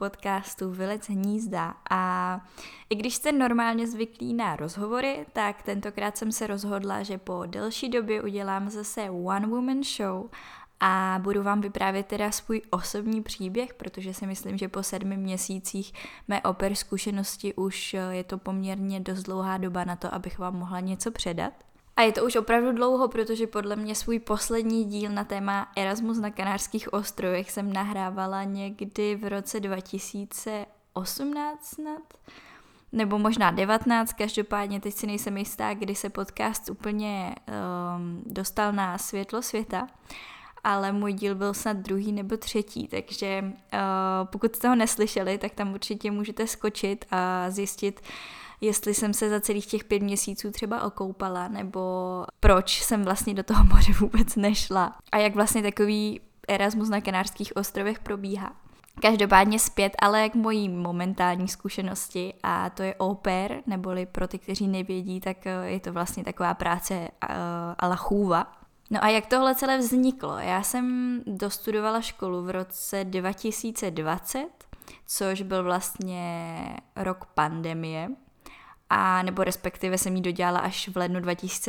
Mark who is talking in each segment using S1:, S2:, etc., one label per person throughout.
S1: podcastu Vylec hnízda a i když jste normálně zvyklí na rozhovory, tak tentokrát jsem se rozhodla, že po delší době udělám zase one woman show a budu vám vyprávět teda svůj osobní příběh, protože si myslím, že po 7 měsících mé oper zkušenosti už je to poměrně dost dlouhá doba na to, abych vám mohla něco předat. A je to už opravdu dlouho, protože podle mě svůj poslední díl na téma Erasmus na Kanárských ostrovech jsem nahrávala někdy v roce 2018 snad, nebo možná 19, každopádně teď si nejsem jistá, kdy se podcast úplně dostal na světlo světa, ale můj díl byl snad 2. nebo 3, takže pokud jste ho neslyšeli, tak tam určitě můžete skočit a zjistit, jestli jsem se za celých těch 5 měsíců třeba okoupala, nebo proč jsem vlastně do toho moře vůbec nešla a jak vlastně takový Erasmus na Kanárských ostrovech probíhá. Každopádně zpět, ale k mojí momentální zkušenosti a to je au pair, neboli pro ty, kteří nevědí, tak je to vlastně taková práce a la chůva. No a jak tohle celé vzniklo? Já jsem dostudovala školu v roce 2020, což byl vlastně rok pandemie, a nebo respektive jsem ji dodělala až v lednu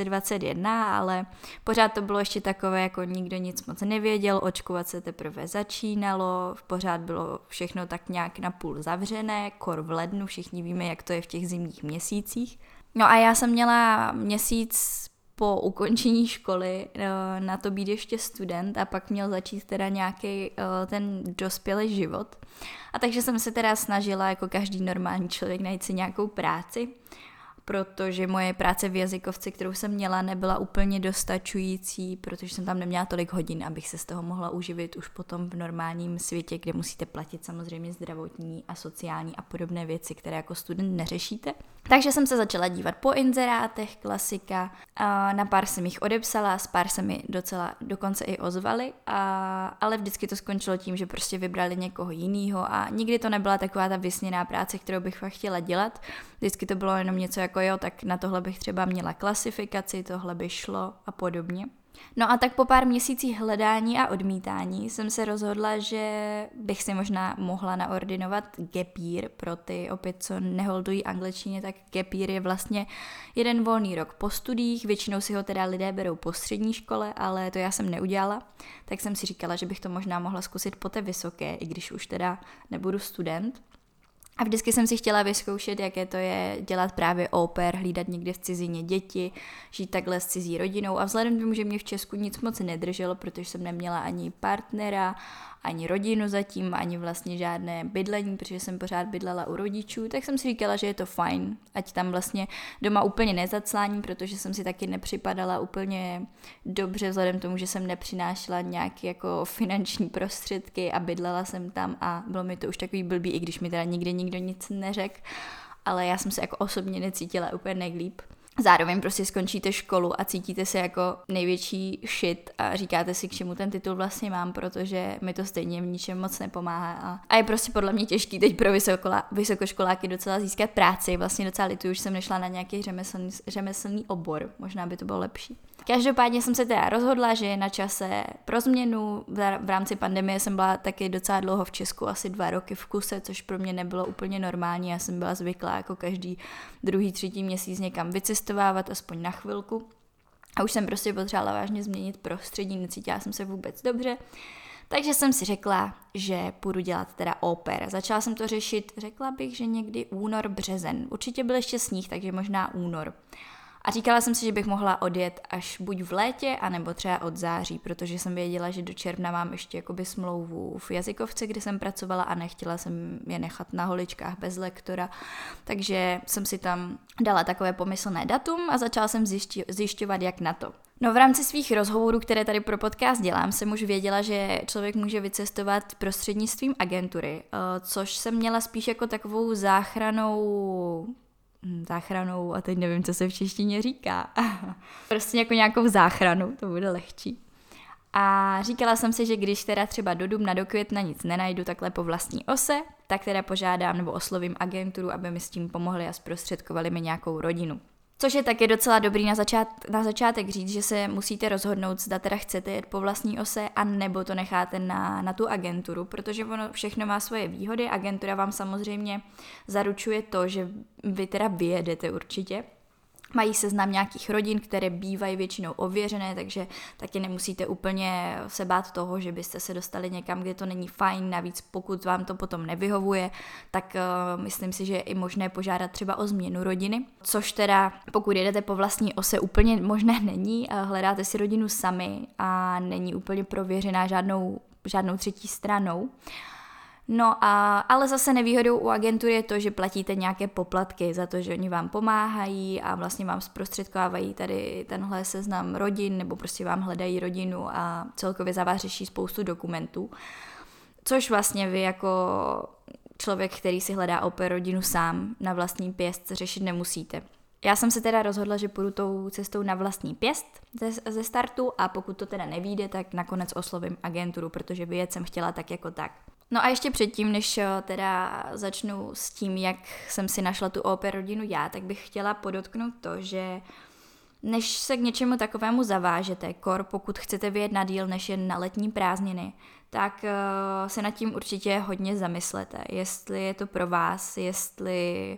S1: 2021, ale pořád to bylo ještě takové, jako nikdo nic moc nevěděl, očkovat se teprve začínalo, pořád bylo všechno tak nějak napůl zavřené, kor v lednu, všichni víme, jak to je v těch zimních měsících. No a já jsem měla měsíc po ukončení školy na to být ještě student a pak měl začít teda nějaký ten dospělý život. A takže jsem se teda snažila jako každý normální člověk najít si nějakou práci, protože moje práce v jazykovce, kterou jsem měla, nebyla úplně dostačující, protože jsem tam neměla tolik hodin, abych se z toho mohla uživit už potom v normálním světě, kde musíte platit samozřejmě zdravotní a sociální a podobné věci, které jako student neřešíte. Takže jsem se začala dívat po inzerátech, klasika, na pár jsem jich odepsala, s pár se mi docela dokonce i ozvali, ale vždycky to skončilo tím, že prostě vybrali někoho jinýho a nikdy to nebyla taková ta vysněná práce, kterou bych fakt chtěla dělat. Vždycky to bylo jenom něco jako jo, tak na tohle bych třeba měla klasifikaci, tohle by šlo a podobně. No a tak po pár měsících hledání a odmítání jsem se rozhodla, že bych si možná mohla naordinovat gap year pro ty opět, co neholdují angličtině, tak gap year je vlastně jeden volný rok po studiích, většinou si ho teda lidé berou po střední škole, ale to já jsem neudělala, tak jsem si říkala, že bych to možná mohla zkusit po té vysoké, i když už teda nebudu student. A vždycky jsem si chtěla vyzkoušet, jaké to je dělat právě au pair, hlídat někde v cizině děti, žít takhle s cizí rodinou a vzhledem k tomu, že mě v Česku nic moc nedrželo, protože jsem neměla ani partnera, ani rodinu zatím, ani vlastně žádné bydlení, protože jsem pořád bydlela u rodičů, tak jsem si říkala, že je to fajn, ať tam vlastně doma úplně nezacláním, protože jsem si taky nepřipadala úplně dobře vzhledem k tomu, že jsem nepřinášela nějaké jako finanční prostředky a bydlela jsem tam a bylo mi to už takový blbý, i když mi teda nikdy nikdo nic neřekl, ale já jsem se jako osobně necítila úplně nejlíp. Zároveň prostě skončíte školu a cítíte se jako největší shit a říkáte si, k čemu ten titul vlastně mám, protože mi to stejně v ničem moc nepomáhá. A je prostě podle mě těžký teď pro vysokoškoláky docela získat práci. Vlastně docela lituju, už jsem nešla na nějaký řemeslný obor, možná by to bylo lepší. Každopádně jsem se teda rozhodla, že je na čase pro změnu. V rámci pandemie jsem byla taky docela dlouho v Česku, asi 2 roky v kuse, což pro mě nebylo úplně normální. Já jsem byla zvyklá jako každý 2., 3. měsíc někam vycestovávat, aspoň na chvilku. A už jsem prostě potřebovala vážně změnit prostředí, necítila jsem se vůbec dobře. Takže jsem si řekla, že půjdu dělat teda au pair. Začala jsem to řešit, řekla bych, že někdy únor, březen. Určitě byl ještě sníh, takže možná únor. A říkala jsem si, že bych mohla odjet až buď v létě, anebo třeba od září, protože jsem věděla, že do června mám ještě jakoby smlouvu v jazykovce, kde jsem pracovala a nechtěla jsem je nechat na holičkách bez lektora. Takže jsem si tam dala takové pomyslné datum a začala jsem zjišťovat, jak na to. No v rámci svých rozhovorů, které tady pro podcast dělám, jsem už věděla, že člověk může vycestovat prostřednictvím agentury, což jsem měla spíš jako takovou záchranou, a teď nevím, co se v češtině říká. Prostě jako nějakou záchranu, to bude lehčí. A říkala jsem si, že když teda třeba do dubna, do května nic nenajdu takhle po vlastní ose, tak teda požádám nebo oslovím agenturu, aby mi s tím pomohli a zprostředkovali mi nějakou rodinu. Což je taky docela dobrý na začátek říct, že se musíte rozhodnout, zda teda chcete jet po vlastní ose, a nebo to necháte na tu agenturu, protože ono všechno má svoje výhody. Agentura vám samozřejmě zaručuje to, že vy teda vyjedete určitě. Mají seznam nějakých rodin, které bývají většinou ověřené, takže taky nemusíte úplně se bát toho, že byste se dostali někam, kde to není fajn. Navíc pokud vám to potom nevyhovuje, tak myslím si, že je i možné požádat třeba o změnu rodiny, což teda pokud jedete po vlastní ose úplně možné není. Hledáte si rodinu sami a není úplně prověřená žádnou třetí stranou. No ale zase nevýhodou u agentury je to, že platíte nějaké poplatky za to, že oni vám pomáhají a vlastně vám zprostředkovávají tady tenhle seznam rodin, nebo prostě vám hledají rodinu a celkově za vás řeší spoustu dokumentů, což vlastně vy jako člověk, který si hledá opět rodinu sám na vlastní pěst, řešit nemusíte. Já jsem se teda rozhodla, že půjdu tou cestou na vlastní pěst ze startu, a pokud to teda nevyjde, tak nakonec oslovím agenturu, protože vyjet jsem chtěla tak jako tak. No a ještě předtím, než teda začnu s tím, jak jsem si našla tu au pair rodinu já, tak bych chtěla podotknout to, že než se k něčemu takovému zavážete, pokud chcete vyjet na díl než jen na letní prázdniny, tak se nad tím určitě hodně zamyslete, jestli je to pro vás, jestli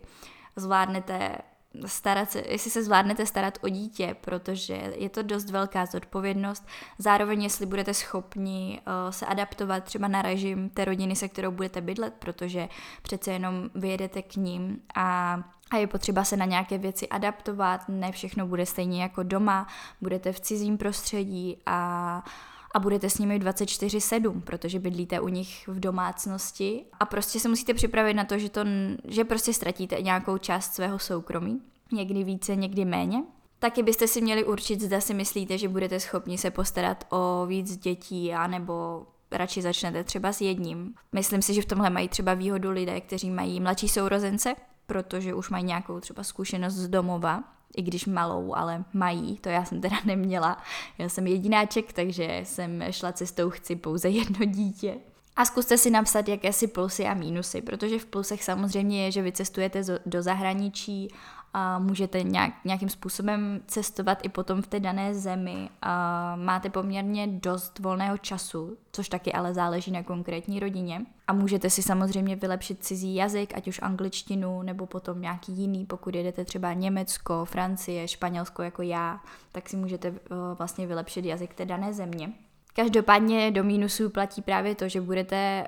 S1: se zvládnete starat o dítě, protože je to dost velká zodpovědnost. Zároveň, jestli budete schopni se adaptovat třeba na režim té rodiny, se kterou budete bydlet, protože přece jenom vyjedete k ním a je potřeba se na nějaké věci adaptovat, ne všechno bude stejně jako doma, budete v cizím prostředí a budete s nimi 24/7, protože bydlíte u nich v domácnosti a prostě se musíte připravit na to, že prostě ztratíte nějakou část svého soukromí, někdy více, někdy méně. Taky byste si měli určit, zda si myslíte, že budete schopni se postarat o víc dětí, anebo radši začnete třeba s jedním. Myslím si, že v tomhle mají třeba výhodu lidé, kteří mají mladší sourozence, protože už mají nějakou třeba zkušenost z domova, i když malou, ale mají, to já jsem teda neměla. Já jsem jedináček, takže jsem šla cestou chci pouze jedno dítě. A zkuste si napsat jakési plusy a mínusy, protože v plusech samozřejmě je, že vy cestujete do zahraničí a můžete nějakým způsobem cestovat i potom v té dané zemi a máte poměrně dost volného času, což taky ale záleží na konkrétní rodině. A můžete si samozřejmě vylepšit cizí jazyk, ať už angličtinu nebo potom nějaký jiný, pokud jedete třeba Německo, Francie, Španělsko jako já, tak si můžete vlastně vylepšit jazyk té dané země. Každopádně do mínusů platí právě to, že budete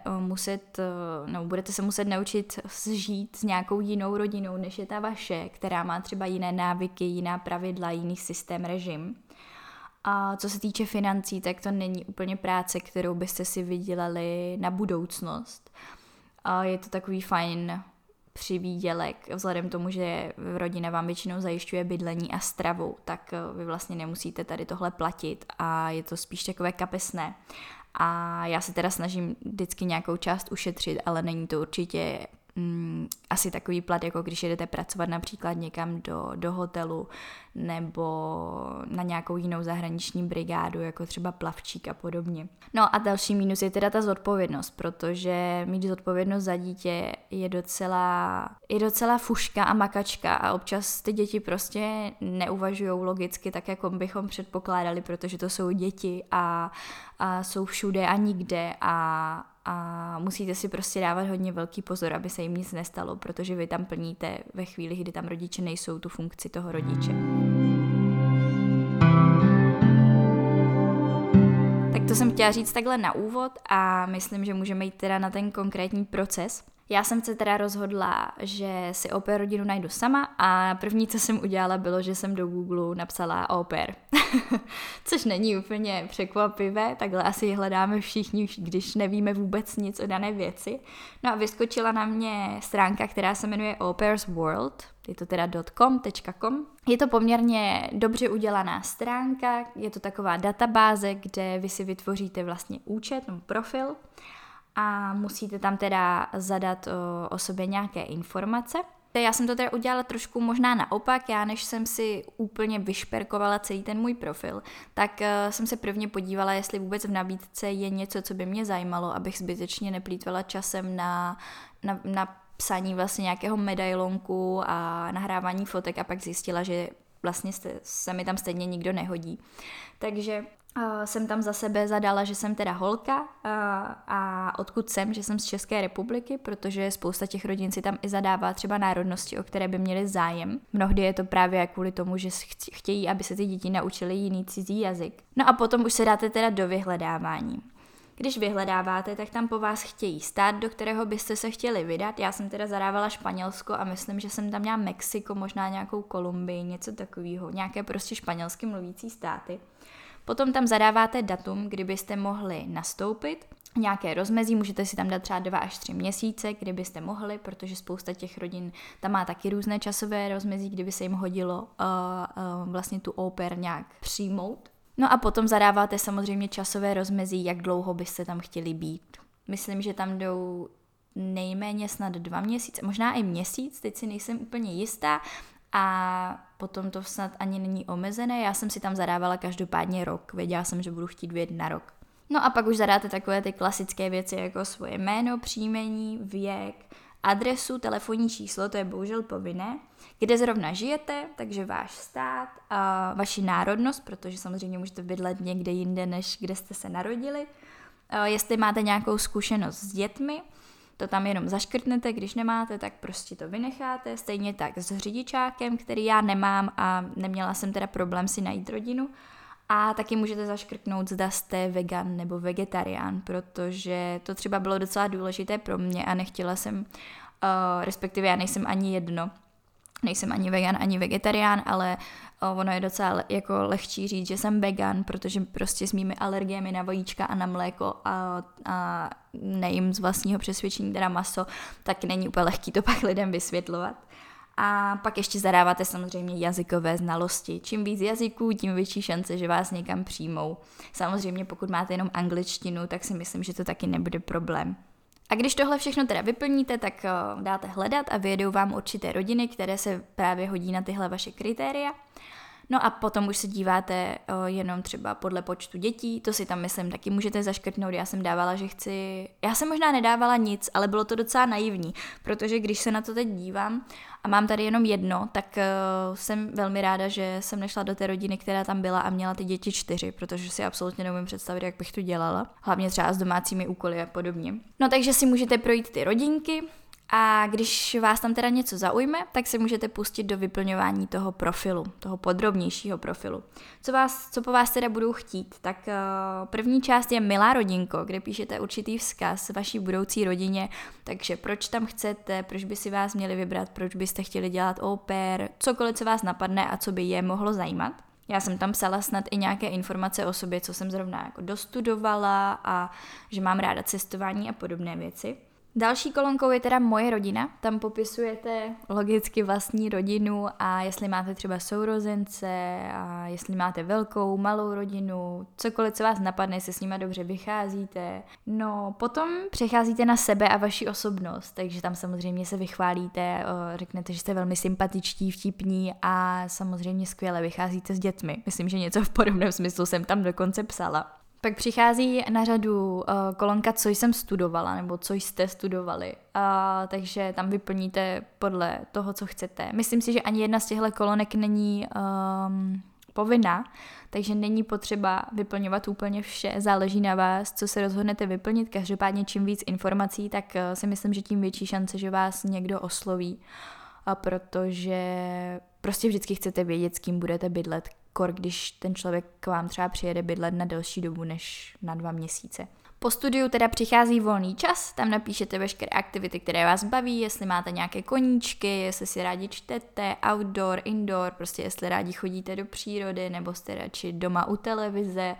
S1: se muset naučit žít s nějakou jinou rodinou, než je ta vaše, která má třeba jiné návyky, jiná pravidla, jiný systém, režim. A co se týče financí, tak to není úplně práce, kterou byste si vydělali na budoucnost. A je to takový fajn přivýdělek, vzhledem k tomu, že rodina vám většinou zajišťuje bydlení a stravu, tak vy vlastně nemusíte tady tohle platit a je to spíš takové kapesné. A já se teda snažím vždycky nějakou část ušetřit, ale není to určitě asi takový plat, jako když jedete pracovat například někam do hotelu nebo na nějakou jinou zahraniční brigádu, jako třeba plavčík a podobně. No a další mínus je teda ta zodpovědnost, protože mít zodpovědnost za dítě je docela fuška a makačka a občas ty děti prostě neuvažujou logicky tak, jako bychom předpokládali, protože to jsou děti a jsou všude a nikde a musíte si prostě dávat hodně velký pozor, aby se jim nic nestalo, protože vy tam plníte ve chvíli, kdy tam rodiče nejsou, tu funkci toho rodiče. Tak to jsem chtěla říct takhle na úvod a myslím, že můžeme jít teda na ten konkrétní proces. Já jsem se teda rozhodla, že si au pair rodinu najdu sama a první, co jsem udělala, bylo, že jsem do Google napsala au pair. Což není úplně překvapivé, takhle asi hledáme všichni, když nevíme vůbec nic o dané věci. No a vyskočila na mě stránka, která se jmenuje Au Pairs World, je to teda .com. Je to poměrně dobře udělaná stránka, je to taková databáze, kde vy si vytvoříte vlastně účet nebo profil a musíte tam teda zadat o sobě nějaké informace. Já jsem to teda udělala trošku možná naopak, než jsem si úplně vyšperkovala celý ten můj profil, tak jsem se prvně podívala, jestli vůbec v nabídce je něco, co by mě zajímalo, abych zbytečně neplýtvala časem na psaní vlastně nějakého medailonku a nahrávání fotek a pak zjistila, že vlastně se mi tam stejně nikdo nehodí. Takže jsem tam za sebe zadala, že jsem teda holka a odkud jsem, že jsem z České republiky, protože spousta těch rodin si tam i zadává třeba národnosti, o které by měly zájem. Mnohdy je to právě kvůli tomu, že chtějí, aby se ty děti naučily jiný cizí jazyk. No a potom už se dáte teda do vyhledávání. Když vyhledáváte, tak tam po vás chtějí stát, do kterého byste se chtěli vydat. Já jsem teda zadávala Španělsko a myslím, že jsem tam měla Mexiko, možná nějakou Kolumbii, něco takového, nějaké prostě španělsky mluvící státy. Potom tam zadáváte datum, kdy byste mohli nastoupit, nějaké rozmezí, můžete si tam dát třeba 2 až 3 měsíce, kdy byste mohli, protože spousta těch rodin tam má taky různé časové rozmezí, kdyby se jim hodilo vlastně tu au pair nějak přijmout. No a potom zadáváte samozřejmě časové rozmezí, jak dlouho byste tam chtěli být. Myslím, že tam jdou nejméně snad 2 měsíce, možná i měsíc, teď si nejsem úplně jistá, a potom to snad ani není omezené, já jsem si tam zadávala každopádně rok, věděla jsem, že budu chtít vyjet na rok. No a pak už zadáte takové ty klasické věci jako svoje jméno, příjmení, věk, adresu, telefonní číslo, to je bohužel povinné, kde zrovna žijete, takže váš stát, a vaši národnost, protože samozřejmě můžete bydlet někde jinde, než kde jste se narodili, jestli máte nějakou zkušenost s dětmi, to tam jenom zaškrtnete, když nemáte, tak prostě to vynecháte, stejně tak s řidičákem, který já nemám a neměla jsem teda problém si najít rodinu. A taky můžete zaškrtnout, zda jste vegan nebo vegetarián, protože to třeba bylo docela důležité pro mě a nechtěla jsem, respektive já nejsem ani jedno, nejsem ani vegan, ani vegetarián, ale ono je docela jako lehčí říct, že jsem vegan, protože prostě s mými alergiemi na vajíčka a na mléko a nejím z vlastního přesvědčení teda maso, tak není úplně lehký to pak lidem vysvětlovat. A pak ještě zadáváte samozřejmě jazykové znalosti. Čím víc jazyků, tím větší šance, že vás někam přijmou. Samozřejmě pokud máte jenom angličtinu, tak si myslím, že to taky nebude problém. A když tohle všechno teda vyplníte, tak dáte hledat a vyjedou vám určité rodiny, které se právě hodí na tyhle vaše kritéria. No a potom už se díváte jenom třeba podle počtu dětí, to si tam myslím taky můžete zaškrtnout, já jsem možná nedávala nic, ale bylo to docela naivní, protože když se na to teď dívám a mám tady jenom jedno, tak jsem velmi ráda, že jsem nešla do té rodiny, která tam byla a měla ty děti 4, protože si absolutně neumím představit, jak bych to dělala, hlavně třeba s domácími úkoly a podobně. No takže si můžete projít ty rodinky, a když vás tam teda něco zaujme, tak se můžete pustit do vyplňování toho profilu, toho podrobnějšího profilu. Co po vás teda budou chtít? Tak první část je milá rodinko, kde píšete určitý vzkaz vaší budoucí rodině, takže proč tam chcete, proč by si vás měli vybrat, proč byste chtěli dělat au pair, cokoliv, co vás napadne a co by je mohlo zajímat. Já jsem tam psala snad i nějaké informace o sobě, co jsem zrovna jako dostudovala a že mám ráda cestování a podobné věci. Další kolonkou je teda moje rodina, tam popisujete logicky vlastní rodinu a jestli máte třeba sourozence a jestli máte velkou, malou rodinu, cokoliv, co vás napadne, se s nima dobře vycházíte. No, potom přecházíte na sebe a vaši osobnost, takže tam samozřejmě se vychválíte, řeknete, že jste velmi sympatičtí, vtipní a samozřejmě skvěle vycházíte s dětmi. Myslím, že něco v podobném smyslu jsem tam dokonce psala. Pak přichází na řadu kolonka, co jsem studovala, nebo co jste studovali. Takže tam vyplníte podle toho, co chcete. Myslím si, že ani jedna z těchto kolonek není povinná, takže není potřeba vyplňovat úplně vše. Záleží na vás, co se rozhodnete vyplnit. Každopádně čím víc informací, tak si myslím, že tím větší šance, že vás někdo osloví. Protože prostě vždycky chcete vědět, s kým budete bydlet, když ten člověk k vám třeba přijede bydlet na delší dobu než na 2 měsíce. Po studiu teda přichází volný čas, tam napíšete veškeré aktivity, které vás baví, jestli máte nějaké koníčky, jestli si rádi čtete, outdoor, indoor, prostě jestli rádi chodíte do přírody, nebo jste radši doma u televize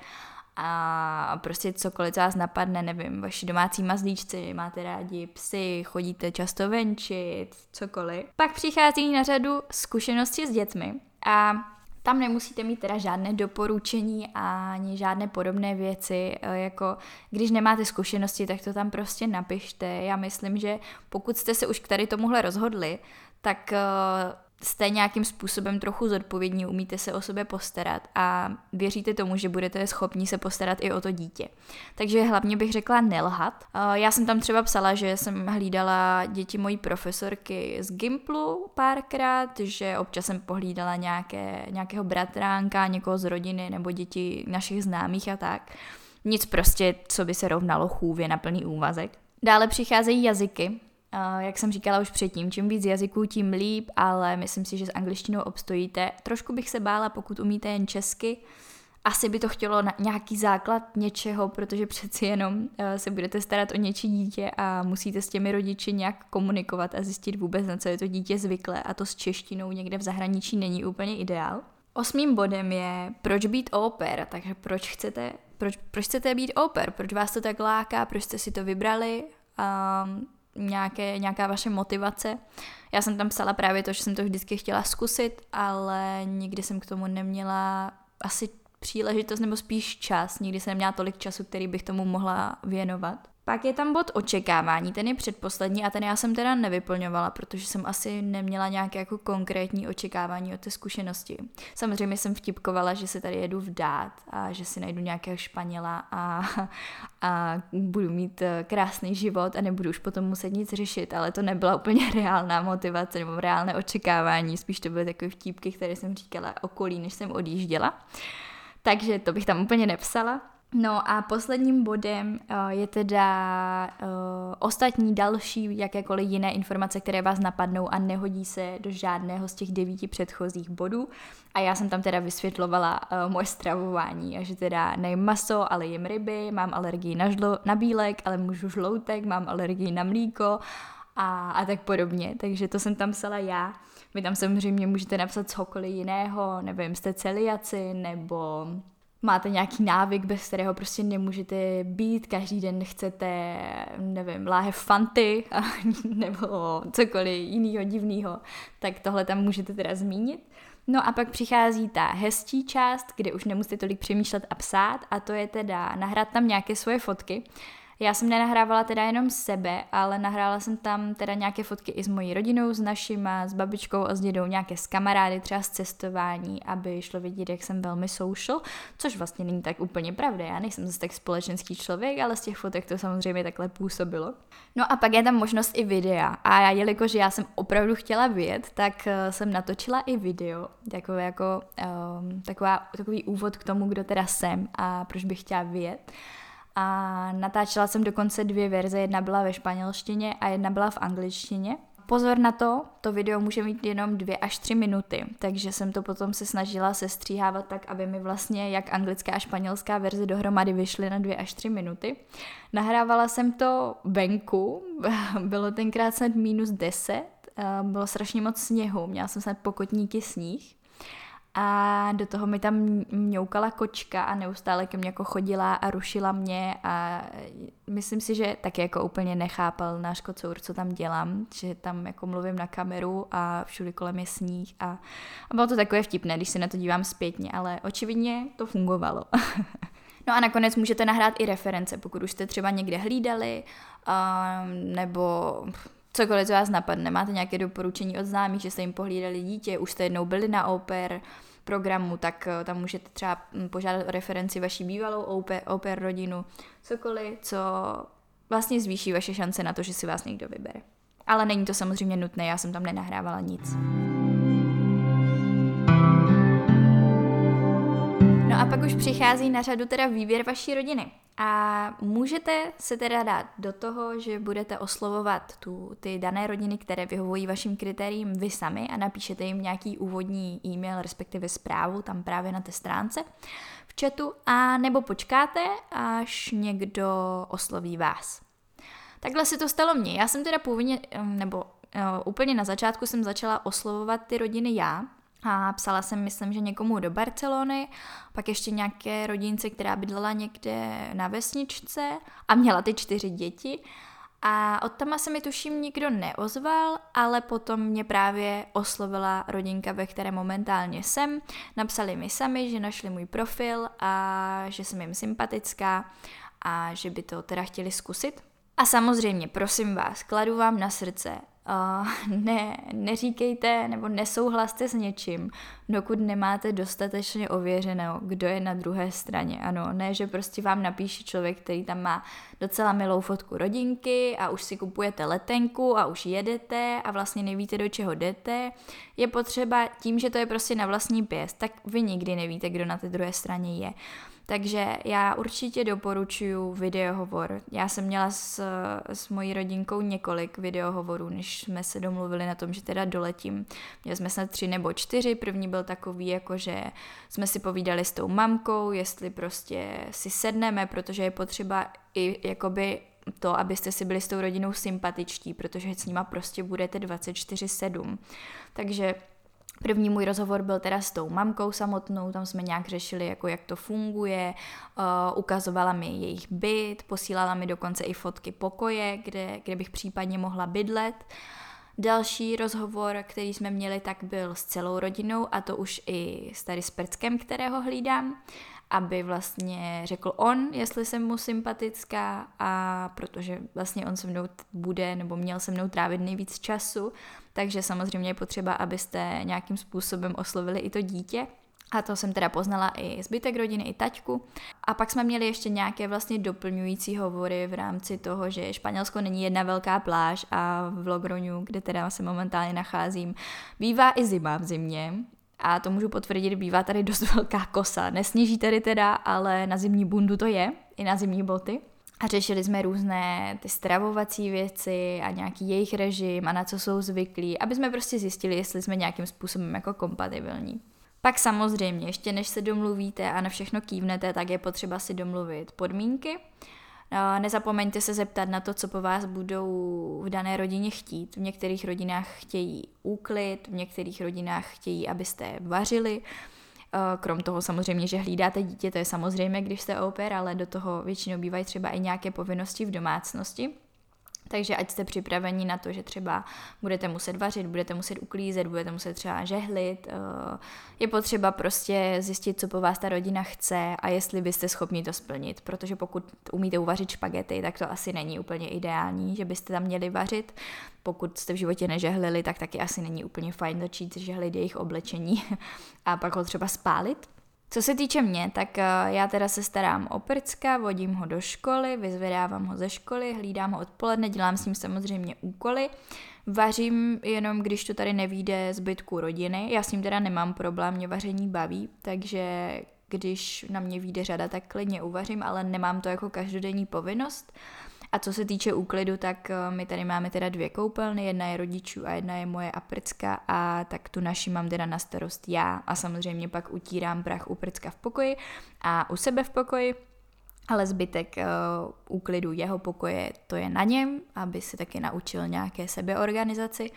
S1: a prostě cokoliv, co vás napadne, nevím, vaši domácí mazlíčci, máte rádi psy, chodíte často venčit, cokoliv. Pak přichází na řadu zkušenosti s dětmi a tam nemusíte mít teda žádné doporučení ani žádné podobné věci, jako když nemáte zkušenosti, tak to tam prostě napište. Já myslím, že pokud jste se už k tady tomuhle rozhodli, tak jste nějakým způsobem trochu zodpovědní, umíte se o sebe postarat a věříte tomu, že budete schopni se postarat i o to dítě. Takže hlavně bych řekla nelhat. Já jsem tam třeba psala, že jsem hlídala děti mojí profesorky z Gimplu párkrát, že občas jsem pohlídala nějakého bratránka, někoho z rodiny nebo děti našich známých a tak. Nic prostě, co by se rovnalo chůvě na plný úvazek. Dále přicházejí jazyky. Jak jsem říkala už předtím, čím víc jazyků, tím líp, ale myslím si, že s angličtinou obstojíte. Trošku bych se bála, pokud umíte jen česky. Asi by to chtělo nějaký základ něčeho, protože přeci jenom se budete starat o něčí dítě a musíte s těmi rodiči nějak komunikovat a zjistit vůbec, na co je to dítě zvyklé, a to s češtinou někde v zahraničí není úplně ideál. 8. bodem je, proč být au pair, takže proč chcete být au pair, proč vás to tak láká, proč jste si to vybrali, nějaká vaše motivace. Já jsem tam psala právě to, že jsem to vždycky chtěla zkusit, ale nikdy jsem k tomu neměla asi příležitost nebo spíš čas. Nikdy jsem neměla tolik času, který bych tomu mohla věnovat. Pak je tam bod očekávání, ten je předposlední a ten já jsem teda nevyplňovala, protože jsem asi neměla nějaké jako konkrétní očekávání od té zkušenosti. Samozřejmě jsem vtipkovala, že se tady jedu vdát a že si najdu nějakého Španěla a budu mít krásný život a nebudu už potom muset nic řešit, ale to nebyla úplně reálná motivace nebo reálné očekávání, spíš to byly takové vtípky, které jsem říkala okolí, než jsem odjížděla. Takže to bych tam úplně nepsala. No a posledním bodem je teda ostatní další jakékoliv jiné informace, které vás napadnou a nehodí se do žádného z těch 9 předchozích bodů. A já jsem tam teda vysvětlovala moje stravování a že teda nejím maso, ale jím ryby, mám alergii na bílek, ale můžu žloutek, mám alergii na mlíko a tak podobně. Takže to jsem tam psala já. Vy tam samozřejmě můžete napsat cokoliv jiného, nevím, jste celiaci nebo máte nějaký návyk, bez kterého prostě nemůžete být, každý den chcete, nevím, láhev Fanty nebo cokoliv jiného divného, tak tohle tam můžete teda zmínit. No a pak přichází ta hezčí část, kde už nemusíte tolik přemýšlet a psát, a to je teda nahrát tam nějaké svoje fotky. Já jsem nenahrávala teda jenom sebe, ale nahrála jsem tam teda nějaké fotky i s mojí rodinou, s našima, s babičkou a s dědou, nějaké s kamarády, třeba z cestování, aby šlo vidět, jak jsem velmi social, což vlastně není tak úplně pravda, já nejsem zase tak společenský člověk, ale z těch fotek to samozřejmě takhle působilo. No a pak je tam možnost i videa a jelikož já jsem opravdu chtěla vyjet, tak jsem natočila i video, takový úvod k tomu, kdo teda jsem a proč bych chtěla vyjet. A natáčela jsem dokonce 2 verze, jedna byla ve španělštině a jedna byla v angličtině. Pozor na to video může mít jenom 2 až 3 minuty, takže jsem to potom se snažila sestříhávat tak, aby mi vlastně jak anglická a španělská verze dohromady vyšly na 2 až 3 minuty. Nahrávala jsem to venku, bylo tenkrát snad -10, bylo strašně moc sněhu, měla jsem snad pokotníky sníh. A do toho mi tam mňoukala kočka a neustále ke mně jako chodila a rušila mě a myslím si, že taky jako úplně nechápal náš kocour, co tam dělám, že tam jako mluvím na kameru a všude kolem je sníh a bylo to takové vtipné, když se na to dívám zpětně, ale očividně to fungovalo. No a nakonec můžete nahrát i reference, pokud už jste třeba někde hlídali nebo cokoliv, co vás napadne. Máte nějaké doporučení od známých, že jste jim pohlídali dítě, už jste jednou byli na au pair programu, tak tam můžete třeba požádat o referenci vaší bývalou au pair rodinu, cokoliv, co vlastně zvýší vaše šance na to, že si vás někdo vybere. Ale není to samozřejmě nutné, já jsem tam nenahrávala nic. No a pak už přichází na řadu teda výběr vaší rodiny. A můžete se teda dát do toho, že budete oslovovat ty dané rodiny, které vyhovují vašim kritériím vy sami a napíšete jim nějaký úvodní e-mail, respektive zprávu tam právě na té stránce v chatu, a nebo počkáte, až někdo osloví vás. Takhle se to stalo mně. Já jsem teda původně, úplně na začátku jsem začala oslovovat ty rodiny já, a psala jsem, myslím, že někomu do Barcelony, pak ještě nějaké rodince, která bydlela někde na vesničce a měla ty 4 děti. A od tam se mi tuším nikdo neozval, ale potom mě právě oslovila rodinka, ve které momentálně jsem. Napsali mi sami, že našli můj profil a že jsem jim sympatická a že by to teda chtěli zkusit. A samozřejmě, prosím vás, kladu vám na srdce, Neříkejte nebo nesouhlaste s něčím, dokud nemáte dostatečně ověřeno, kdo je na druhé straně. Ano, ne, že prostě vám napíše člověk, který tam má docela milou fotku rodinky a už si kupujete letenku a už jedete a vlastně nevíte, do čeho jdete. Je potřeba tím, že to je prostě na vlastní pěst, tak vy nikdy nevíte, kdo na té druhé straně je. Takže já určitě doporučuji videohovor. Já jsem měla s mojí rodinkou několik videohovorů, než jsme se domluvili na tom, že teda doletím. Měli jsme snad 3 nebo 4, první byl takový, jako že jsme si povídali s tou mamkou, jestli prostě si sedneme, protože je potřeba i jakoby to, abyste si byli s tou rodinou sympatičtí, protože s nima prostě budete 24/7. Takže první můj rozhovor byl teda s tou mamkou samotnou, tam jsme nějak řešili, jako jak to funguje, ukazovala mi jejich byt, posílala mi dokonce i fotky pokoje, kde bych případně mohla bydlet. Další rozhovor, který jsme měli, tak byl s celou rodinou a to už i s prckem, kterého hlídám, aby vlastně řekl on, jestli jsem mu sympatická a protože vlastně on se mnou bude nebo měl se mnou trávit nejvíc času, takže samozřejmě je potřeba, abyste nějakým způsobem oslovili i to dítě. A to jsem teda poznala i zbytek rodiny, i taťku. A pak jsme měli ještě nějaké vlastně doplňující hovory v rámci toho, že Španělsko není jedna velká pláž a v Logroñu, kde teda se momentálně nacházím, bývá i zima v zimě. A to můžu potvrdit, bývá tady dost velká kosa. Nesněží tady teda, ale na zimní bundu to je, i na zimní boty. A řešili jsme různé ty stravovací věci a nějaký jejich režim a na co jsou zvyklí, aby jsme prostě zjistili, jestli jsme nějakým způsobem jako kompatibilní. Pak samozřejmě, ještě než se domluvíte a na všechno kývnete, tak je potřeba si domluvit podmínky. Nezapomeňte se zeptat na to, co po vás budou v dané rodině chtít. V některých rodinách chtějí úklid, v některých rodinách chtějí, abyste vařili. Krom toho samozřejmě, že hlídáte dítě, to je samozřejmě, když jste au pair, ale do toho většinou bývají třeba i nějaké povinnosti v domácnosti. Takže ať jste připraveni na to, že třeba budete muset vařit, budete muset uklízet, budete muset třeba žehlit. Je potřeba prostě zjistit, co po vás ta rodina chce a jestli byste schopni to splnit, protože pokud umíte uvařit špagety, tak to asi není úplně ideální, že byste tam měli vařit. Pokud jste v životě nežehlili, tak taky asi není úplně fajn začít žehlit jejich oblečení a pak ho třeba spálit. Co se týče mě, tak já teda se starám o prcka, vodím ho do školy, vyzvedávám ho ze školy, hlídám ho odpoledne, dělám s ním samozřejmě úkoly, vařím jenom, když to tady nevyjde zbytku rodiny, já s ním teda nemám problém, mě vaření baví, takže když na mě vyjde řada, tak klidně uvařím, ale nemám to jako každodenní povinnost. A co se týče úklidu, tak my tady máme teda 2 koupelny, jedna je rodičů a jedna je moje a prcka a tak tu naši mám teda na starost já a samozřejmě pak utírám prach u prcka v pokoji a u sebe v pokoji, ale zbytek úklidu jeho pokoje to je na něm, aby se taky naučil nějaké sebeorganizaci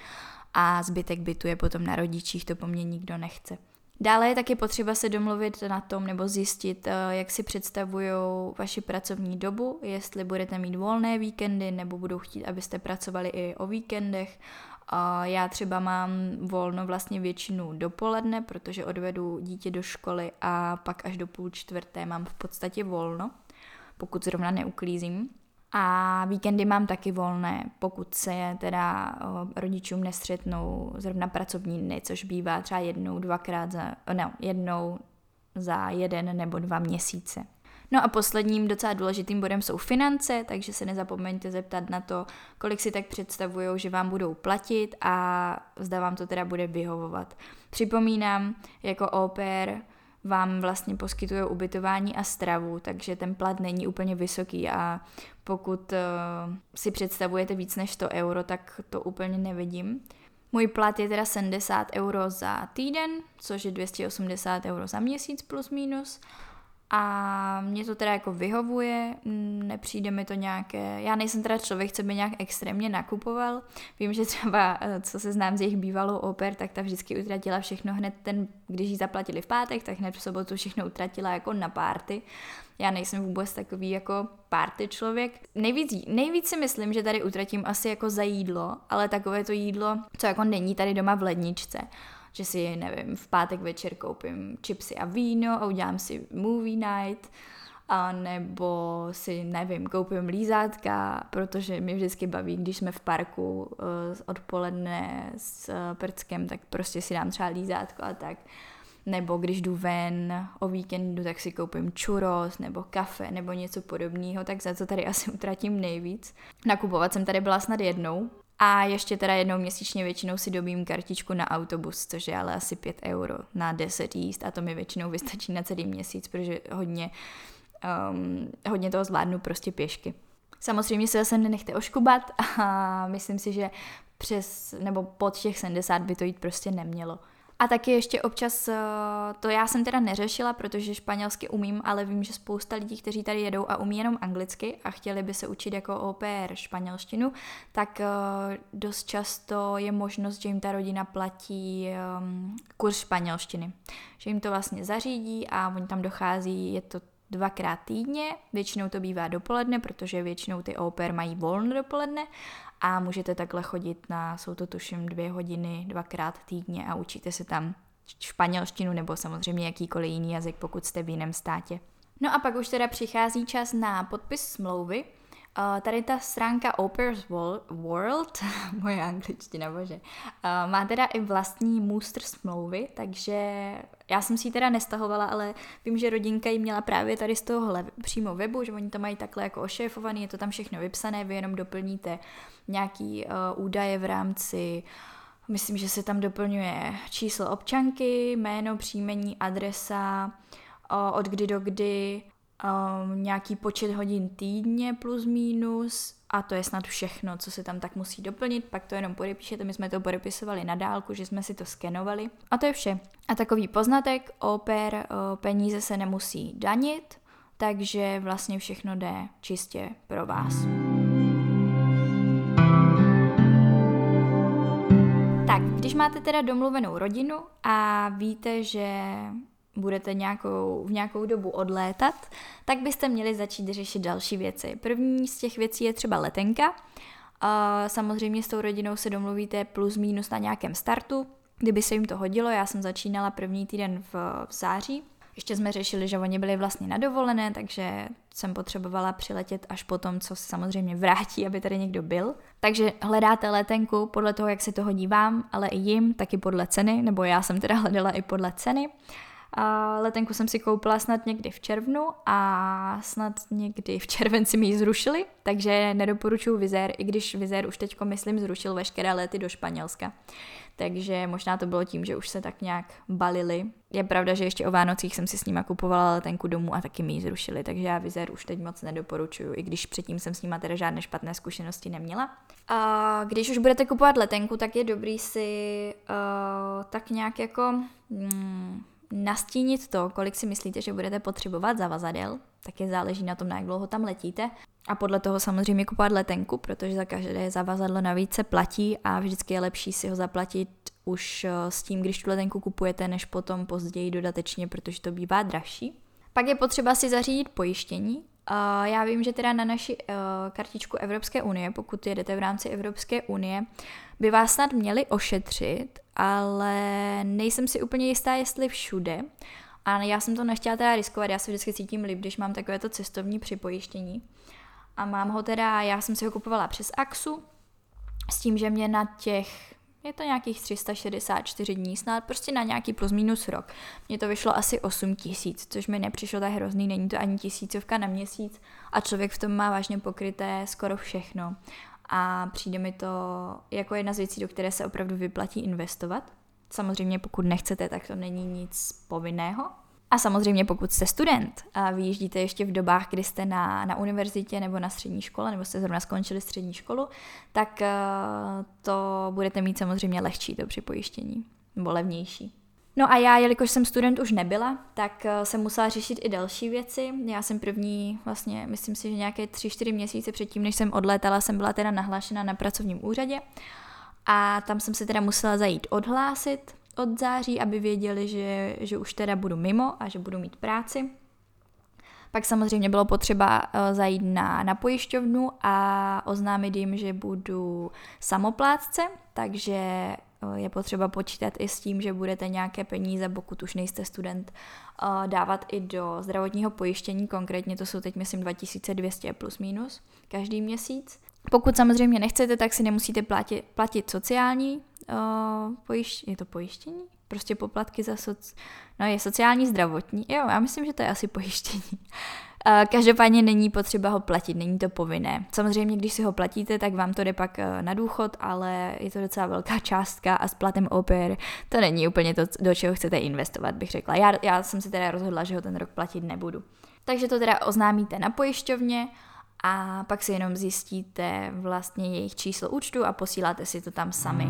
S1: a zbytek bytu je potom na rodičích, to po mně nikdo nechce. Dále je taky potřeba se domluvit na tom nebo zjistit, jak si představují vaši pracovní dobu, jestli budete mít volné víkendy nebo budou chtít, abyste pracovali i o víkendech. Já třeba mám volno vlastně většinu dopoledne, protože odvedu dítě do školy a pak až do 3:30 mám v podstatě volno, pokud zrovna neuklízím. A víkendy mám taky volné, pokud se teda rodičům nestřetnou zrovna pracovní dny, což bývá třeba jednou za 1 nebo 2 měsíce. No a posledním docela důležitým bodem jsou finance, takže se nezapomeňte zeptat na to, kolik si tak představujou, že vám budou platit a zda vám to teda bude vyhovovat. Připomínám, jako au pair vám vlastně poskytují ubytování a stravu, takže ten plat není úplně vysoký a pokud si představujete víc než 100 euro, tak to úplně nevidím. Můj plat je teda 70 euro za týden, což je 280 euro za měsíc plus minus. A mě to teda jako vyhovuje, nepřijde mi to nějaké, já nejsem teda člověk, co by nějak extrémně nakupoval, vím, že třeba, co se znám z jejich bývalou au pair, tak ta vždycky utratila všechno hned když jí zaplatili v pátek, tak hned v sobotu všechno utratila jako na párty. Já nejsem vůbec takový jako party člověk. Nejvíc si myslím, že tady utratím asi jako za jídlo, ale takové to jídlo, co jako není tady doma v ledničce. Že si, nevím, v pátek večer koupím chipsy a víno a udělám si movie night a nebo si, nevím, koupím lízátka, protože mě vždycky baví, když jsme v parku odpoledne s prckem, tak prostě si dám třeba lízátko a tak. Nebo když jdu ven o víkendu, tak si koupím churros nebo kafe nebo něco podobného, tak za co tady asi utratím nejvíc. Nakupovat jsem tady byla snad jednou a ještě teda jednou měsíčně většinou si dobím kartičku na autobus, což je ale asi 5 euro na 10 jízd a to mi většinou vystačí na celý měsíc, protože hodně toho zvládnu prostě pěšky. Samozřejmě se zase nenechte oškubat a myslím si, že přes nebo pod těch 70 by to jít prostě nemělo. A taky ještě občas, to já jsem teda neřešila, protože španělsky umím, ale vím, že spousta lidí, kteří tady jedou a umí jenom anglicky a chtěli by se učit jako au pair španělštinu, tak dost často je možnost, že jim ta rodina platí kurz španělštiny. Že jim to vlastně zařídí a oni tam dochází, je to 2krát týdně, většinou to bývá dopoledne, protože většinou ty au pair mají volno dopoledne a můžete takhle chodit jsou to tuším 2 hodiny 2krát týdně a učíte se tam španělštinu nebo samozřejmě jakýkoliv jiný jazyk, pokud jste v jiném státě. No a pak už teda přichází čas na podpis smlouvy. Tady ta stránka Au Pairs World, moje angličtina, bože, má teda i vlastní mustr smlouvy, takže já jsem si ji teda nestahovala, ale vím, že rodinka ji měla právě tady z tohohle přímo webu, že oni to mají takhle jako ošéfovaný, je to tam všechno vypsané, vy jenom doplníte nějaký údaje v rámci, myslím, že se tam doplňuje číslo občanky, jméno, příjmení, adresa, od kdy do kdy, nějaký počet hodin týdně plus minus a to je snad všechno, co se tam tak musí doplnit, pak to jenom podepíšete, my jsme to podepisovali na dálku, že jsme si to skenovali a to je vše. A takový poznatek, au pair, peníze se nemusí danit, takže vlastně všechno jde čistě pro vás. Tak, když máte teda domluvenou rodinu a víte, že budete v nějakou dobu odlétat, tak byste měli začít řešit další věci. První z těch věcí je třeba letenka. Samozřejmě s tou rodinou se domluvíte plus minus na nějakém startu, kdyby se jim to hodilo. Já jsem začínala první týden v září. Ještě jsme řešili, že oni byli vlastně na dovolené, takže jsem potřebovala přiletět až potom, co se samozřejmě vrátí, aby tady někdo byl. Takže hledáte letenku podle toho, jak se to hodí vám, ale i jim, taky podle ceny, nebo já jsem teda hledala i podle ceny. A letenku jsem si koupila snad někdy v červnu a snad někdy v červenci mi ji zrušili, takže nedoporučuji Wizz Air, i když Wizz Air už teďko, myslím, zrušil veškeré lety do Španělska. Takže možná to bylo tím, že už se tak nějak balili. Je pravda, že ještě o Vánocích jsem si s nima kupovala letenku domů a taky mi ji zrušili, takže já Wizz Air už teď moc nedoporučuju, i když předtím jsem s nima teda žádné špatné zkušenosti neměla. A když už budete kupovat letenku, tak je dobrý si tak nějak jako nastínit to, kolik si myslíte, že budete potřebovat zavazadel, taky záleží na tom, na jak dlouho tam letíte. A podle toho samozřejmě kupovat letenku, protože za každé zavazadlo navíc se platí a vždycky je lepší si ho zaplatit už s tím, když tu letenku kupujete, než potom později dodatečně, protože to bývá dražší. Pak je potřeba si zařídit pojištění. Já vím, že teda na naši kartičku Evropské unie, pokud jedete v rámci Evropské unie, by vás snad měli ošetřit, ale nejsem si úplně jistá, jestli všude. A já jsem to nechtěla teda riskovat, já se vždycky cítím líp, když mám takovéto cestovní připojištění. A mám ho teda, já jsem si ho kupovala přes Axu, s tím, že mě na těch, je to nějakých 364 dní snad, prostě na nějaký plus minus rok. Mně to vyšlo asi 8 000, což mi nepřišlo tak hrozný, není to ani 1000 na měsíc a člověk v tom má vážně pokryté skoro všechno. A přijde mi to jako jedna z věcí, do které se opravdu vyplatí investovat. Samozřejmě pokud nechcete, tak to není nic povinného. A samozřejmě pokud jste student a vyjíždíte ještě v dobách, kdy jste na univerzitě nebo na střední škole, nebo jste zrovna skončili střední školu, tak to budete mít samozřejmě lehčí to připojištění, nebo levnější. No a já, jelikož jsem student už nebyla, tak jsem musela řešit i další věci. Já jsem první, vlastně myslím si, že nějaké 3-4 měsíce předtím, než jsem odlétala, jsem byla teda nahlášena na pracovním úřadě a tam jsem se teda musela zajít odhlásit od září, aby věděli, že už teda budu mimo a že budu mít práci. Pak samozřejmě bylo potřeba zajít na pojišťovnu a oznámit jim, že budu samoplátce, takže je potřeba počítat i s tím, že budete nějaké peníze, pokud už nejste student, dávat i do zdravotního pojištění, konkrétně to jsou teď myslím 2200 plus minus každý měsíc. Pokud samozřejmě nechcete, tak si nemusíte platit sociální pojištění, je to pojištění? Prostě poplatky za je sociální, zdravotní, jo, já myslím, že to je asi pojištění. Každopádně není potřeba ho platit, není to povinné. Samozřejmě, když si ho platíte, tak vám to jde pak na důchod, ale je to docela velká částka a s platem au pair to není úplně to, do čeho chcete investovat, bych řekla. Já jsem si teda rozhodla, že ho ten rok platit nebudu. Takže to teda oznámíte na pojišťovně a pak si jenom zjistíte vlastně jejich číslo účtu a posíláte si to tam sami.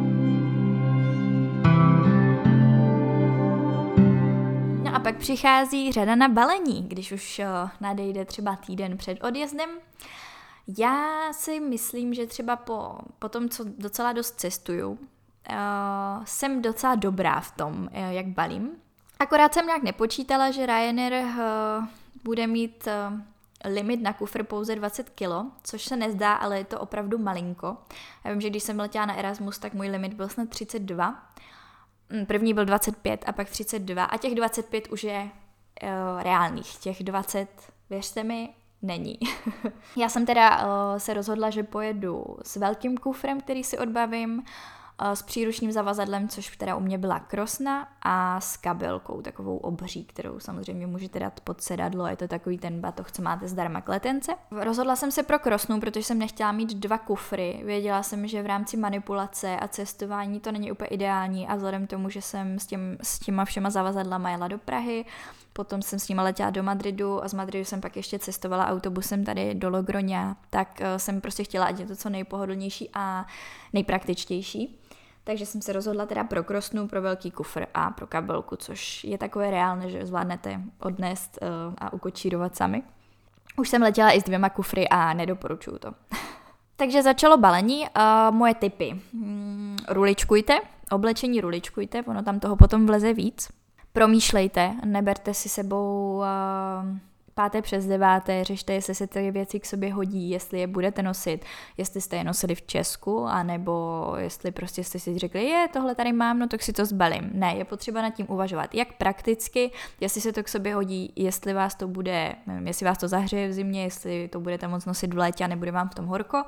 S1: A pak přichází řada na balení, když už nadejde třeba týden před odjezdem. Já si myslím, že třeba po tom, co docela dost cestuju, jsem docela dobrá v tom, jak balím. Akorát jsem nějak nepočítala, že Ryanair bude mít limit na kufr pouze 20 kg, což se nezdá, ale je to opravdu malinko. Já vím, že když jsem letěla na Erasmus, tak můj limit byl snad 32. První byl 25 a pak 32 a těch 25 už je reálných. Těch 20, věřte mi, není. Já jsem teda se rozhodla, že pojedu s velkým kufrem, který si odbavím, s příručním zavazadlem, což teda u mě byla krosna, a s kabelkou, takovou obří, kterou samozřejmě můžete dát pod sedadlo, je to takový ten batoh, co máte zdarma k letence. Rozhodla jsem se pro krosnu, protože jsem nechtěla mít 2 kufry. Věděla jsem, že v rámci manipulace a cestování to není úplně ideální a vzhledem k tomu, že jsem s těma všema zavazadlama jela do Prahy, potom jsem s nima letěla do Madridu a z Madridu jsem pak ještě cestovala autobusem tady do Logroňa, tak jsem prostě chtěla, ať je to co nejpohodlnější a nejpraktičtější. Takže jsem se rozhodla teda pro krosnu, pro velký kufr a pro kabelku, což je takové reálné, že zvládnete odnést a ukočírovat sami. Už jsem letěla i s 2 kufry a nedoporučuju to. Takže začalo balení. Moje tipy. Ruličkujte, oblečení ruličkujte, ono tam toho potom vleze víc. Promýšlejte, neberte si sebou 5. přes 9, řešte, jestli se ty věci k sobě hodí, jestli je budete nosit, jestli jste je nosili v Česku, anebo jestli prostě jste si řekli, tohle tady mám, no tak si to zbalím. Ne, je potřeba nad tím uvažovat, jak prakticky, jestli se to k sobě hodí, jestli vás to bude, nevím, jestli vás to zahřeje v zimě, jestli to budete moc nosit v létě a nebude vám v tom horko.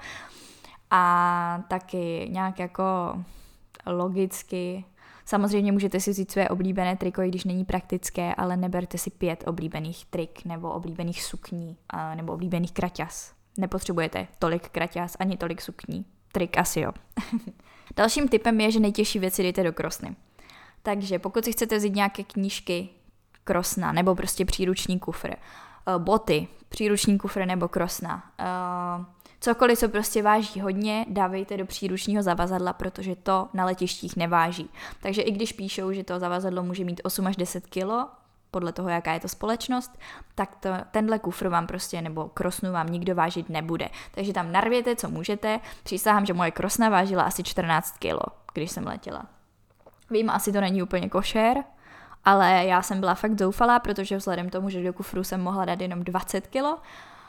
S1: A taky nějak jako logicky, samozřejmě můžete si vzít své oblíbené triko, i když není praktické, ale neberte si 5 oblíbených trik nebo oblíbených sukní nebo oblíbených kraťas. Nepotřebujete tolik kraťas ani tolik sukní. Trik asi jo. Dalším tipem je, že nejtěžší věci dejte do krosny. Takže pokud si chcete vzít nějaké knížky, krosna nebo prostě příruční kufr, boty, příruční kufr nebo krosna, cokoliv, co prostě váží hodně, dávejte do příručního zavazadla, protože to na letištích neváží. Takže i když píšou, že to zavazadlo může mít 8 až 10 kg, podle toho, jaká je to společnost, tak tenhle kufr vám prostě, nebo krosnu vám nikdo vážit nebude. Takže tam narvěte, co můžete. Přísahám, že moje krosna vážila asi 14 kg, když jsem letěla. Vím, asi to není úplně košer, ale já jsem byla fakt zoufalá, protože vzhledem tomu, že do kufru jsem mohla dát jenom 20 kg,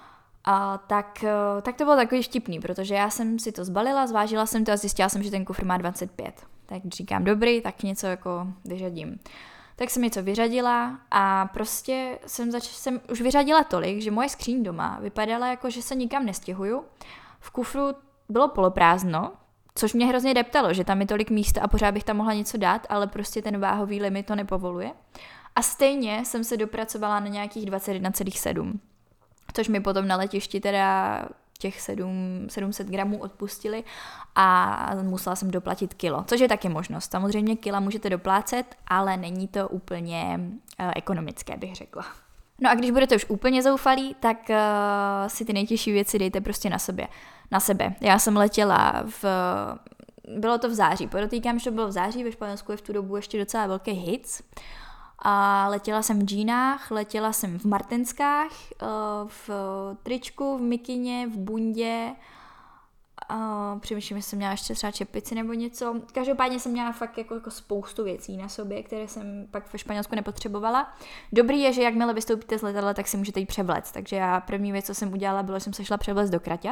S1: tak to bylo takový štipný, protože já jsem si to zbalila, zvážila jsem to a zjistila jsem, že ten kufr má 25. Tak říkám, dobrý, tak něco jako vyřadím. Tak jsem něco vyřadila a prostě jsem už vyřadila tolik, že moje skříň doma vypadala jako, že se nikam nestěhuju. V kufru bylo poloprázdno, což mě hrozně deptalo, že tam je tolik místa a pořád bych tam mohla něco dát, ale prostě ten váhový limit to nepovoluje. A stejně jsem se dopracovala na nějakých 21,7. Což mi potom na letišti teda těch 700 gramů odpustili a musela jsem doplatit kilo, což je taky možnost. Samozřejmě kila můžete doplácet, ale není to úplně ekonomické, bych řekla. No a když budete už úplně zoufalí, tak si ty nejtěžší věci dejte prostě na sebe. Já jsem letěla bylo to v září, podotýkám, že to bylo v září, ve Španělsku je v tu dobu ještě docela velký hits. A letěla jsem v džínách, letěla jsem v martenskách, v tričku, v mikině, v bundě, přemýšlím, jestli jsem měla ještě třeba čepici nebo něco. Každopádně jsem měla fakt jako spoustu věcí na sobě, které jsem pak ve Španělsku nepotřebovala. Dobrý je, že jakmile vystoupíte z letadla, tak si můžete jít převléct. Takže já první věc, co jsem udělala, bylo, že jsem se šla převléct do kraťas.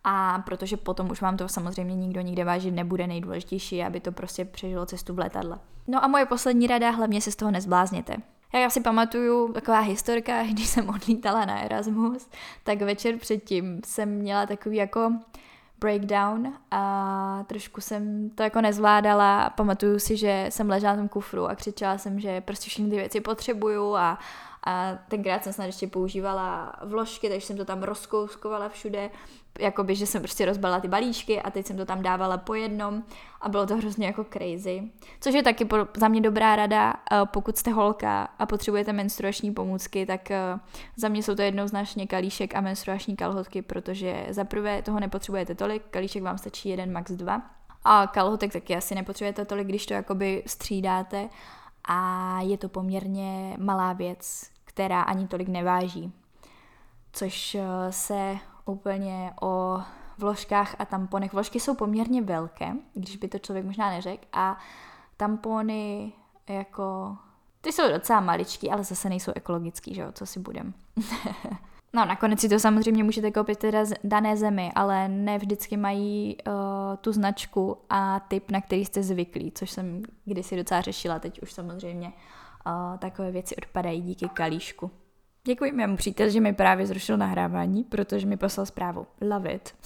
S1: A protože potom už vám to samozřejmě nikdo nikde vážit nebude, nejdůležitější, aby to prostě přežilo cestu v letadle. No a moje poslední rada, hlavně se z toho nezblázněte. Já si pamatuju, taková historka, když jsem odlítala na Erasmus, tak večer předtím jsem měla takový jako breakdown a trošku jsem to jako nezvládala. Pamatuju si, že jsem ležela na tom kufru a křičela jsem, že prostě všechny ty věci potřebuju a tenkrát jsem snad ještě používala vložky, takže jsem to tam rozkouskovala všude, jakoby, že jsem prostě rozbalila ty balíčky a teď jsem to tam dávala po jednom a bylo to hrozně jako crazy. Což je taky za mě dobrá rada, pokud jste holka a potřebujete menstruační pomůcky, tak za mě jsou to jednoznačně kalíšek a menstruační kalhotky, protože za prvé toho nepotřebujete tolik, kalíšek vám stačí 1, max 2 a kalhotek taky asi nepotřebujete tolik, když to jakoby střídáte a je to poměrně malá věc, která ani tolik neváží. Což se úplně o vložkách a tamponech. Vložky jsou poměrně velké, když by to člověk možná neřekl, a tampony jako ty jsou docela maličký, ale zase nejsou ekologický, že jo, co si budem. No, nakonec si to samozřejmě můžete koupit teda dané zemi, ale ne vždycky mají tu značku a typ, na který jste zvyklí, což jsem kdysi docela řešila, teď už samozřejmě takové věci odpadají díky kalíšku. Děkuji mému příteli, že mi právě zrušil nahrávání, protože mi poslal zprávu. Love it.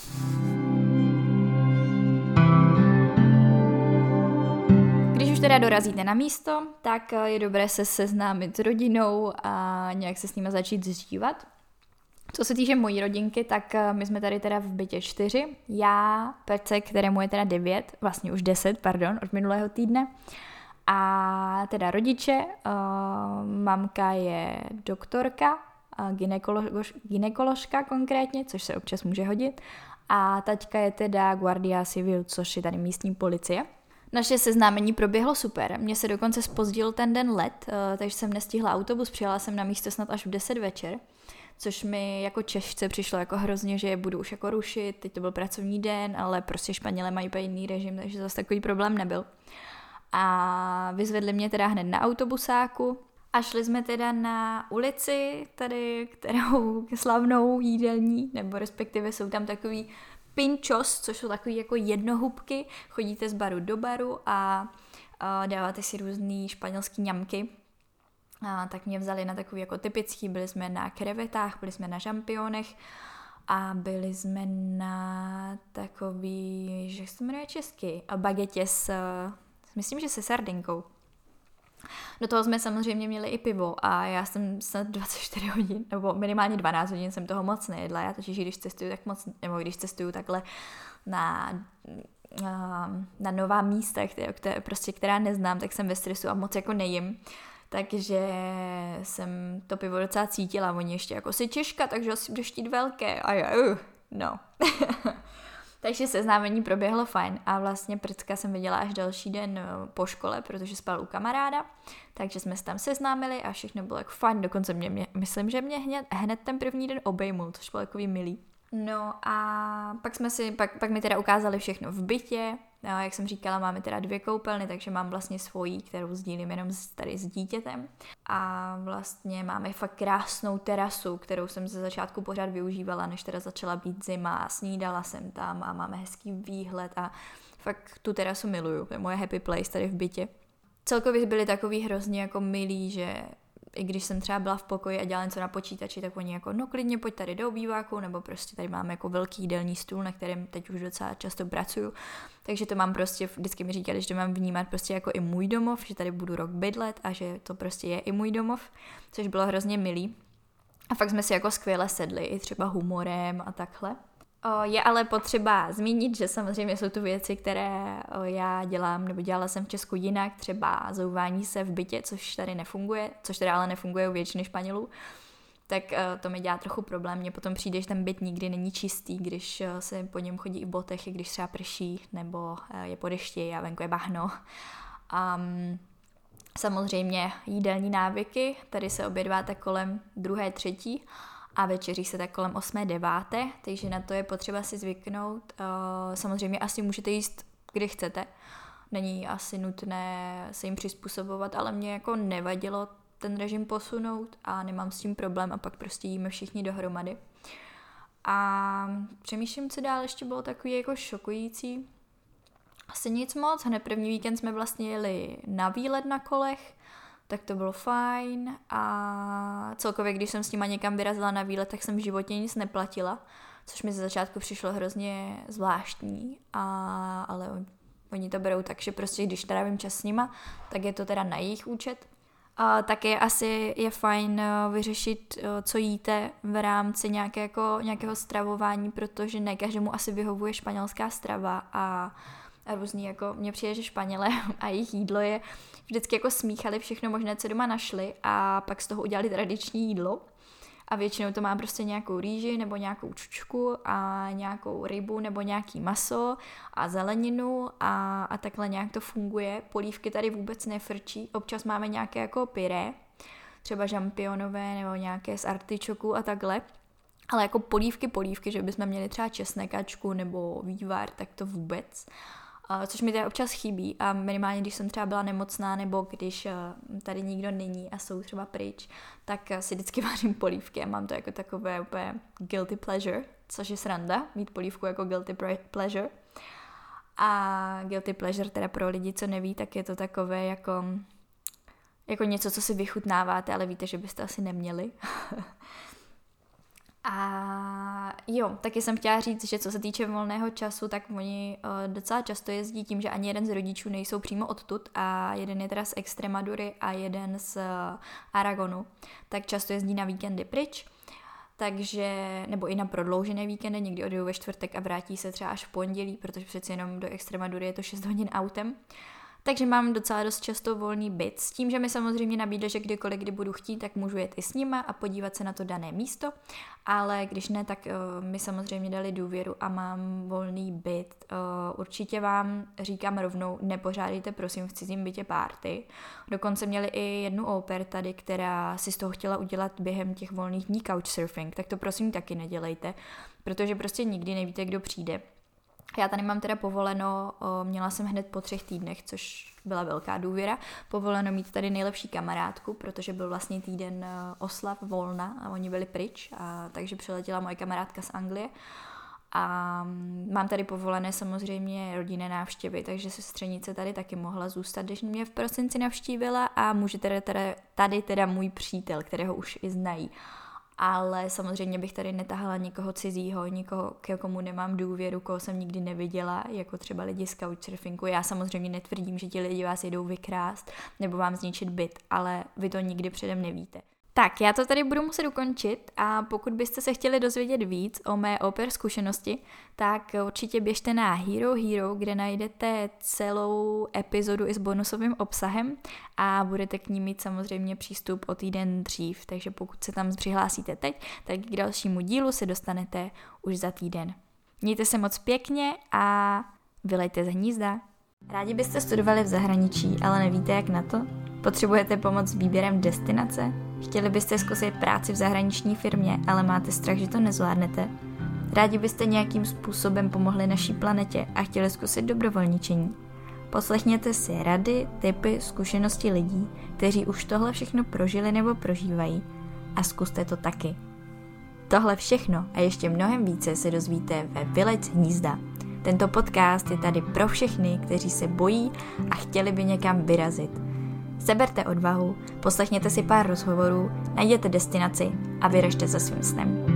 S1: Když už teda dorazíte na místo, tak je dobré se seznámit s rodinou a nějak se s nimi začít zžívat. Co se týče mojí rodinky, tak my jsme tady teda v bytě 4. Já, Perce, kterému je teda 9, vlastně už 10, pardon, od minulého týdne. A teda rodiče, mamka je doktorka, gynekoložka konkrétně, což se občas může hodit. A taťka je teda guardia civil, což je tady místní policie. Naše seznámení proběhlo super, mně se dokonce zpozdil ten den let, takže jsem nestihla autobus, přijela jsem na místo snad až v 10 večer, což mi jako Češce přišlo jako hrozně, že je budu už jako rušit, teď to byl pracovní den, ale prostě Španělé mají úplně jiný režim, takže zase takový problém nebyl. A vyzvedli mě teda hned na autobusáku a šli jsme teda na ulici tady, kterou slavnou jídelní, nebo respektive jsou tam takový pinchos, což jsou takový jako jednohubky, chodíte z baru do baru a dáváte si různý španělský ňamky. A tak mě vzali na takový jako typický, byli jsme na krevetách, byli jsme na žampionech a byli jsme na takový, že se to jmenuje česky, bagetě s, myslím, že se sardinkou. Do toho jsme samozřejmě měli i pivo a já jsem snad 24 hodin, nebo minimálně 12 hodin jsem toho moc nejedla, já totiž když cestuju tak moc, nebo když cestuju takhle na nová místa, která neznám, tak jsem ve stresu a moc jako nejím. Takže jsem to pivo docela cítila, oni ještě jako si Češka, takže asi budeš chtít velké a já, no. Takže seznámení proběhlo fajn a vlastně Prcka jsem viděla až další den po škole, protože spal u kamaráda, takže jsme se tam seznámili a všechno bylo jako fajn, dokonce myslím, že mě hned ten první den obejmul, což bylo takový milý. No a pak mi teda ukázali všechno v bytě, no, jak jsem říkala, máme teda 2 koupelny, takže mám vlastně svoji, kterou sdílím jenom tady s dítětem a vlastně máme fakt krásnou terasu, kterou jsem ze začátku pořád využívala, než teda začala být zima a snídala jsem tam a máme hezký výhled a fakt tu terasu miluju, to je moje happy place tady v bytě. Celkově byli takový hrozně jako milí, že i když jsem třeba byla v pokoji a dělala něco na počítači, tak oni jako, no klidně pojď tady do obýváku, nebo prostě tady máme jako velký jídelní stůl, na kterém teď už docela často pracuju. Takže to mám prostě, vždycky mi říkali, že to mám vnímat prostě jako i můj domov, že tady budu rok bydlet a že to prostě je i můj domov, což bylo hrozně milý. A fakt jsme si jako skvěle sedli, i třeba humorem a takhle. Je ale potřeba zmínit, že samozřejmě jsou to věci, které já dělám, nebo dělala jsem v Česku jinak, třeba zouvání se v bytě, což tady nefunguje, což teda ale nefunguje u většiny Španělů, tak to mi dělá trochu problém. Mně potom přijde, že ten byt nikdy není čistý, když se po něm chodí i v botech, i když třeba prší, nebo je po dešti a venku je bahno. Samozřejmě jídelní návyky, tady se obědváte kolem 2., 3. a večeří se tak kolem 8., 9., takže na to je potřeba si zvyknout. Samozřejmě asi můžete jíst, kdy chcete, není asi nutné se jim přizpůsobovat, ale mě jako nevadilo ten režim posunout a nemám s tím problém a pak prostě jíme všichni dohromady. A přemýšlím, co dál ještě bylo takový jako šokující. Asi nic moc, hned první víkend jsme vlastně jeli na výlet na kolech, tak to bylo fajn a celkově, když jsem s nima někam vyrazila na výlet, tak jsem v životě nic neplatila, což mi ze začátku přišlo hrozně zvláštní, ale oni to berou tak, že prostě když trávím čas s nima, tak je to teda na jejich účet. Také asi je fajn vyřešit, co jíte v rámci nějakého stravování, protože ne každému asi vyhovuje španělská strava a různý, jako mně přijde, že Španělé a jejich jídlo je vždycky jako smíchali všechno možné, co doma našli a pak z toho udělali tradiční jídlo a většinou to má prostě nějakou rýži nebo nějakou čučku a nějakou rybu nebo nějaký maso a zeleninu a takhle nějak to funguje. Polívky tady vůbec nefrčí, občas máme nějaké jako pyré, třeba žampionové nebo nějaké z artičoku a takhle. Ale jako polívky, že bychom měli třeba česnekačku nebo vývar, tak to vůbec. Což mi teda občas chybí a minimálně, když jsem třeba byla nemocná nebo když tady nikdo není a jsou třeba pryč, tak si vždycky vařím polívky a mám to jako takové úplně guilty pleasure, což je sranda, mít polívku jako guilty pleasure. A guilty pleasure teda pro lidi, co neví, tak je to takové jako něco, co si vychutnáváte, ale víte, že byste asi neměli. A jo, taky jsem chtěla říct, že co se týče volného času, tak oni docela často jezdí tím, že ani jeden z rodičů nejsou přímo odtud a jeden je teda z Extremadury a jeden z Aragonu, tak často jezdí na víkendy pryč, takže, nebo i na prodloužené víkendy, někdy odjedou ve čtvrtek a vrátí se třeba až v pondělí, protože přeci jenom do Extremadury je to 6 hodin autem. Takže mám docela dost často volný byt, s tím, že mi samozřejmě nabídl, že kdykoliv, kdy budu chtít, tak můžu jet i s nima a podívat se na to dané místo, ale když ne, tak mi samozřejmě dali důvěru a mám volný byt. Určitě vám říkám rovnou, nepořádejte prosím v cizím bytě party. Dokonce měli i jednu au pair tady, která si z toho chtěla udělat během těch volných dní couchsurfing, tak to prosím taky nedělejte, protože prostě nikdy nevíte, kdo přijde. Já tady mám teda povoleno, měla jsem hned po 3 týdnech, což byla velká důvěra, povoleno mít tady nejlepší kamarádku, protože byl vlastně týden oslav volna a oni byli pryč, takže přiletěla moje kamarádka z Anglie a mám tady povolené samozřejmě rodinné návštěvy, takže sestřenice tady taky mohla zůstat, když mě v prosinci navštívila a může tady teda můj přítel, kterého už i znají. Ale samozřejmě bych tady netahala nikoho cizího, nikoho, k komu nemám důvěru, koho jsem nikdy neviděla, jako třeba lidi z couchsurfingu. Já samozřejmě netvrdím, že ti lidi vás jedou vykrást nebo vám zničit byt, ale vy to nikdy předem nevíte. Tak, já to tady budu muset ukončit a pokud byste se chtěli dozvědět víc o mé au pair zkušenosti, tak určitě běžte na Hero Hero, kde najdete celou epizodu i s bonusovým obsahem a budete k ní mít samozřejmě přístup o týden dřív, takže pokud se tam přihlásíte teď, tak k dalšímu dílu se dostanete už za týden. Mějte se moc pěkně a vylejte z hnízda. Rádi byste studovali v zahraničí, ale nevíte jak na to? Potřebujete pomoc s výběrem destinace? Chtěli byste zkusit práci v zahraniční firmě, ale máte strach, že to nezvládnete? Rádi byste nějakým způsobem pomohli naší planetě a chtěli zkusit dobrovolničení? Poslechněte si rady, tipy, zkušenosti lidí, kteří už tohle všechno prožili nebo prožívají a zkuste to taky. Tohle všechno a ještě mnohem více se dozvíte ve Vylejt z hnízda. Tento podcast je tady pro všechny, kteří se bojí a chtěli by někam vyrazit. Seberte odvahu, poslechněte si pár rozhovorů, najděte destinaci a vyražte za svým snem.